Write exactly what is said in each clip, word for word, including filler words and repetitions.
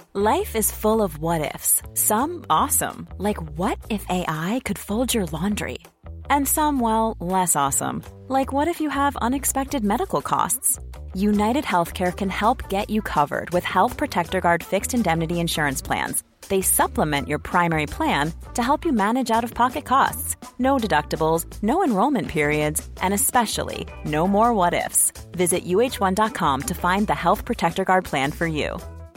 Life is full of what-ifs. Some awesome, like what if A I could fold your laundry? And some, well, less awesome, like what if you have unexpected medical costs? United Healthcare can help get you covered with Health Protector Guard fixed indemnity insurance plans. They supplement your primary plan to help you manage out-of-pocket costs. No deductibles, no enrollment periods, and especially no more what-ifs. Visit U H one dot com to find the Health Protector Guard plan for you.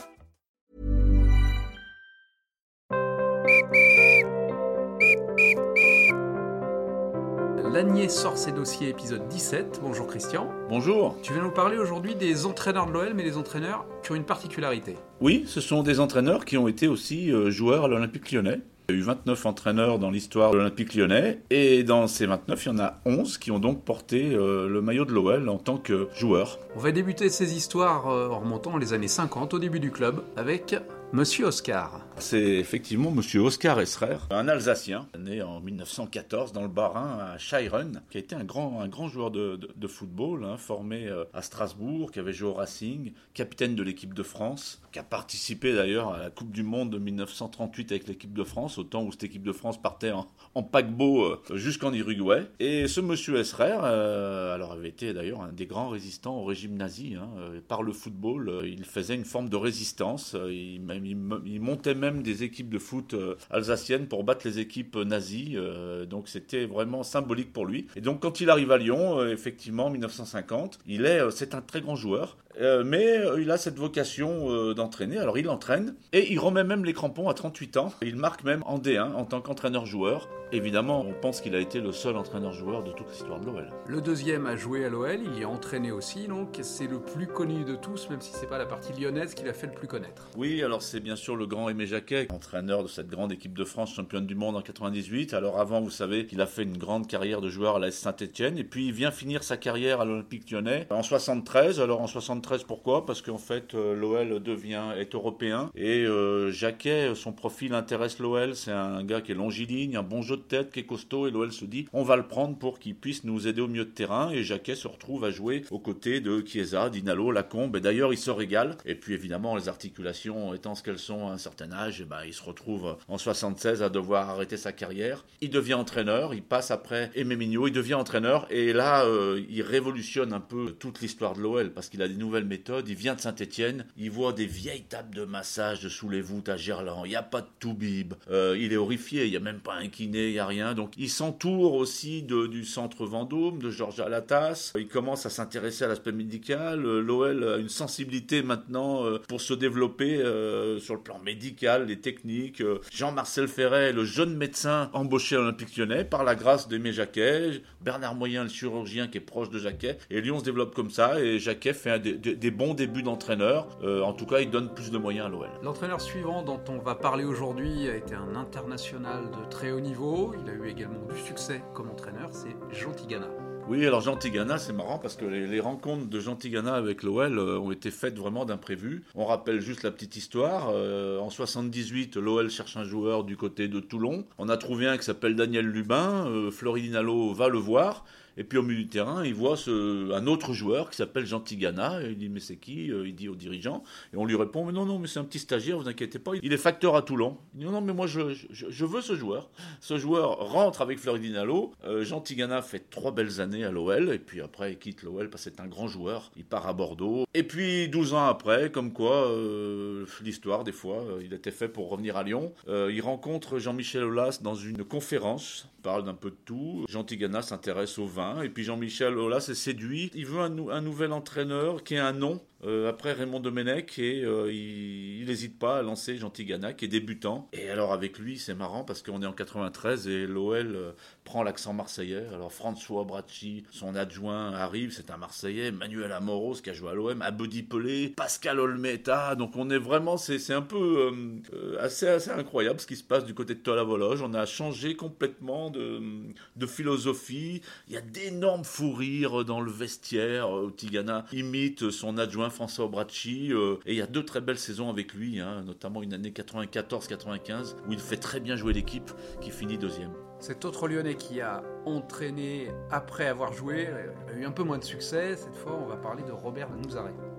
Lanier sort ses dossiers, épisode dix-sept. Bonjour Christian. Bonjour. Tu viens nous parler aujourd'hui des entraîneurs de l'O L, mais des entraîneurs qui ont une particularité. Oui, ce sont des entraîneurs qui ont été aussi euh, joueurs à l'Olympique Lyonnais. Il y a eu vingt-neuf entraîneurs dans l'histoire de l'Olympique Lyonnais, et dans ces vingt-neuf, il y en a onze qui ont donc porté euh, le maillot de l'O L en tant que joueurs. On va débuter ces histoires euh, en remontant les années cinquante, au début du club, avec Monsieur Oscar. C'est effectivement Monsieur Oscar Esrer, un Alsacien, né en mille neuf cent quatorze dans le Bas-Rhin à Scheiren, qui a été un grand, un grand joueur de, de, de football, hein, formé euh, à Strasbourg, qui avait joué au Racing, capitaine de l'équipe de France, qui a participé d'ailleurs à la Coupe du Monde de mille neuf cent trente-huit avec l'équipe de France, au temps où cette équipe de France partait en, en paquebot euh, jusqu'en Uruguay. Et ce Monsieur Esrer, euh, alors avait été d'ailleurs un des grands résistants au régime nazi, hein, euh, par le football, euh, il faisait une forme de résistance, euh, il, il, il montait même des équipes de foot euh, alsaciennes pour battre les équipes nazies, euh, donc c'était vraiment symbolique pour lui. Et donc quand il arrive à Lyon, euh, effectivement en mille neuf cent cinquante, il est, euh, c'est un très grand joueur, euh, mais euh, il a cette vocation euh, d'entraîner, alors il entraîne, et il remet même les crampons à trente-huit ans, il marque même en D un en tant qu'entraîneur-joueur. Évidemment, on pense qu'il a été le seul entraîneur-joueur de toute l'histoire de l'O L. Le deuxième a joué à l'O L, il y a entraîné aussi, donc c'est le plus connu de tous, même si c'est pas la partie lyonnaise qui l'a fait le plus connaître. Oui, alors c'est bien sûr le grand Aimé Jacquet, entraîneur de cette grande équipe de France, championne du monde en quatre-vingt-dix-huit. Alors avant, vous savez qu'il a fait une grande carrière de joueur à l'A S Saint-Étienne, et puis il vient finir sa carrière à l'Olympique Lyonnais en soixante-treize. Alors en soixante-treize, pourquoi ? Parce qu'en fait, euh, l'O L devient, est européen, et euh, Jacquet, son profil intéresse l'O L, c'est un gars qui est longiligne, un bon jeu de tête, qui est costaud, et l'O L se dit, on va le prendre pour qu'il puisse nous aider au milieu de terrain, et Jacquet se retrouve à jouer aux côtés de Chiesa, Dinalo, Lacombe, et d'ailleurs il se régale, et puis évidemment les articulations étant ce qu'elles sont à un certain âge, et ben, il se retrouve en soixante-seize à devoir arrêter sa carrière. Il devient entraîneur, il passe après Aimé Mignot, il devient entraîneur, et là euh, il révolutionne un peu toute l'histoire de l'O L, parce qu'il a des nouvelles méthodes. Il vient de Saint-Étienne, il voit des vieilles tables de massage sous les voûtes à Gerland, il n'y a pas de toubib, euh, il est horrifié, il n'y a même pas un kiné, il n'y a rien, donc il s'entoure aussi de, du centre Vendôme, de Georges Alatas, il commence à s'intéresser à l'aspect médical. L'O L a une sensibilité maintenant euh, pour se développer euh, sur le plan médical, les techniques. Jean-Marcel Ferret, le jeune médecin embauché à l'Olympique Lyonnais, par la grâce d'Aimé Jacquet, Bernard Moyen, le chirurgien qui est proche de Jacquet, et Lyon se développe comme ça, et Jacquet fait un des, des, des bons débuts d'entraîneur. Euh, en tout cas, il donne plus de moyens à l'O L. L'entraîneur suivant dont on va parler aujourd'hui a été un international de très haut niveau, il a eu également du succès comme entraîneur, c'est Jean Tigana. Oui, alors Jean Tigana, c'est marrant parce que les, les rencontres de Jean Tigana avec l'O L euh, ont été faites vraiment d'imprévus. On rappelle juste la petite histoire. Euh, en soixante-dix-huit, l'O L cherche un joueur du côté de Toulon. On a trouvé un qui s'appelle Daniel Lubin. Euh, Fleury Dinalo va le voir. Et puis au milieu du terrain, il voit ce, un autre joueur qui s'appelle Jean Tigana. Et il dit, mais c'est qui ? Il dit au dirigeant. Et on lui répond, mais non, non, mais c'est un petit stagiaire, vous inquiétez pas. Il est facteur à Toulon. Il dit, non, non, mais moi, je, je, je veux ce joueur. Ce joueur rentre avec Fleury Dinalo. Euh, Jean Tigana fait trois belles années à l'O L. Et puis après, il quitte l'O L parce que c'est un grand joueur. Il part à Bordeaux. Et puis, douze ans après, comme quoi, euh, l'histoire, des fois, euh, il était fait pour revenir à Lyon. Euh, il rencontre Jean-Michel Aulas dans une conférence. Il parle d'un peu de tout. Jean Tigana s'intéresse au vin. Et puis Jean-Michel Aulas est séduit. Il veut un, nou- un nouvel entraîneur qui ait un nom. Euh, après Raymond Domenech, et euh, il n'hésite pas à lancer Jean Tigana, qui est débutant. Et alors avec lui, c'est marrant parce qu'on est en quatre-vingt-treize et l'O L euh, prend l'accent marseillais. Alors François Bracci, son adjoint, arrive, c'est un Marseillais. Manuel Amoros, qui a joué à l'O M, Abedi Pelé, Pascal Olmeta. Donc on est vraiment, c'est, c'est un peu euh, euh, assez, assez incroyable ce qui se passe du côté de Tola-Vologe. On a changé complètement de, de philosophie. Il y a d'énormes fous rires dans le vestiaire. Euh, Tigana imite son adjoint François Bracci, euh, et il y a deux très belles saisons avec lui, hein, notamment une année quatre-vingt-quatorze quatre-vingt-quinze où il fait très bien jouer l'équipe qui finit deuxième. Cet autre Lyonnais qui a entraîné après avoir joué a eu un peu moins de succès. Cette fois, on va parler de Robert Nouzaré.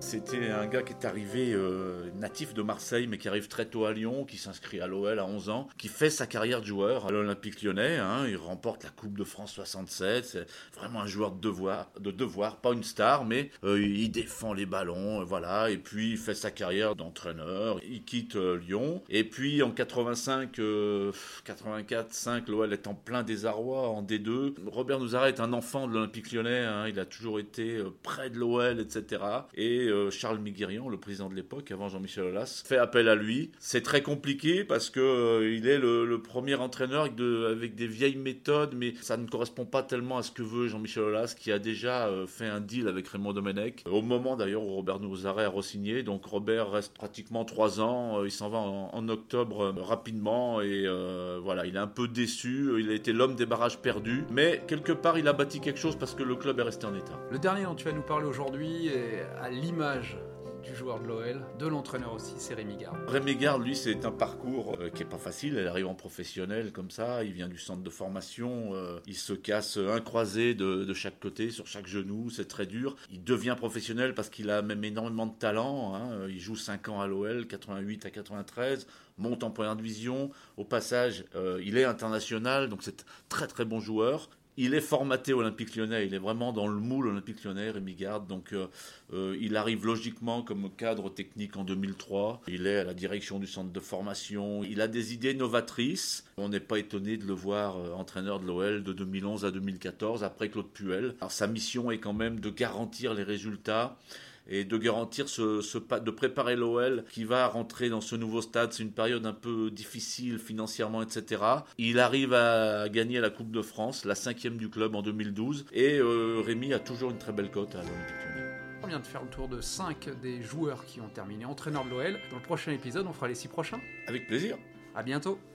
C'était un gars qui est arrivé euh, natif de Marseille, mais qui arrive très tôt à Lyon, qui s'inscrit à l'O L à onze ans, qui fait sa carrière de joueur à l'Olympique Lyonnais. Hein, il remporte la Coupe de France soixante-sept. C'est vraiment un joueur de devoir, de devoir pas une star, mais euh, il défend les ballons, euh, voilà. Et puis il fait sa carrière d'entraîneur. Il quitte euh, Lyon. Et puis en quatre-vingt-cinq, euh, quatre-vingt-quatre, cinq, l'O L est en plein désarroi en D deux. Robert Nouzareth est un enfant de l'Olympique Lyonnais. Hein, il a toujours été euh, près de l'O L, et cetera. Et euh, Charles Miguirian, le président de l'époque, avant Jean-Michel Aulas, fait appel à lui. C'est très compliqué parce que euh, il est le, le premier entraîneur avec, de, avec des vieilles méthodes, mais ça ne correspond pas tellement à ce que veut Jean-Michel Aulas, qui a déjà euh, fait un deal avec Raymond Domenech, au moment d'ailleurs où Robert Nouzareth a re-signé. Donc Robert reste pratiquement trois ans, euh, il s'en va en, en octobre euh, rapidement, et euh, voilà, il est un peu déçu, il a été l'homme des barrages perdus, mais quelque part il a bâti quelque chose parce que le club est resté en état. Le dernier dont tu vas nous parler aujourd'hui est à l'image du joueur de l'O L, de l'entraîneur aussi, c'est Rémi Garde. Rémi Garde, lui, c'est un parcours euh, qui est pas facile. Il arrive en professionnel comme ça, il vient du centre de formation, euh, il se casse un croisé de, de chaque côté, sur chaque genou, c'est très dur. Il devient professionnel parce qu'il a même énormément de talent. Hein. Il joue cinq ans à l'O L, quatre-vingt-huit à quatre-vingt-treize, monte en première division. Au passage, euh, il est international, donc c'est un très très bon joueur. Il est formaté Olympique Lyonnais, il est vraiment dans le moule Olympique Lyonnais, Rémi Garde. Donc euh, euh, il arrive logiquement comme cadre technique en deux mille trois. Il est à la direction du centre de formation. Il a des idées novatrices. On n'est pas étonné de le voir euh, entraîneur de l'O L de deux mille onze à deux mille quatorze, après Claude Puel. Alors sa mission est quand même de garantir les résultats et de garantir ce, ce de préparer l'O L qui va rentrer dans ce nouveau stade. C'est une période un peu difficile financièrement, et cetera. Il arrive à gagner la Coupe de France, la cinquième du club en deux mille douze, et euh, Rémi a toujours une très belle cote à l'Olympique Lyonnais. On vient de faire le tour de cinq des joueurs qui ont terminé entraîneur de l'O L. Dans le prochain épisode, on fera les six prochains. Avec plaisir. À bientôt.